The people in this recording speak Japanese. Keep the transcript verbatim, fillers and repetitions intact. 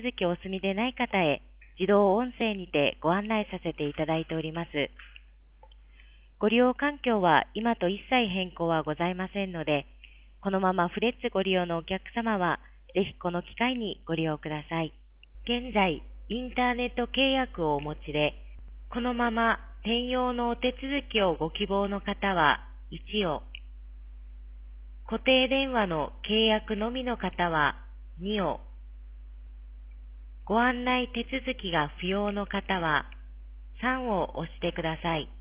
続きお済みでない方へ自動音声にてご案内させていただいております。ご利用環境は今と一切変更はございませんので、このままフレッツご利用のお客様は、ぜひこの機会にご利用ください。現在、インターネット契約をお持ちで、このまま転用のお手続きをご希望の方はいちを、固定電話の契約のみの方はにを、ご案内手続きが不要の方はさんを押してください。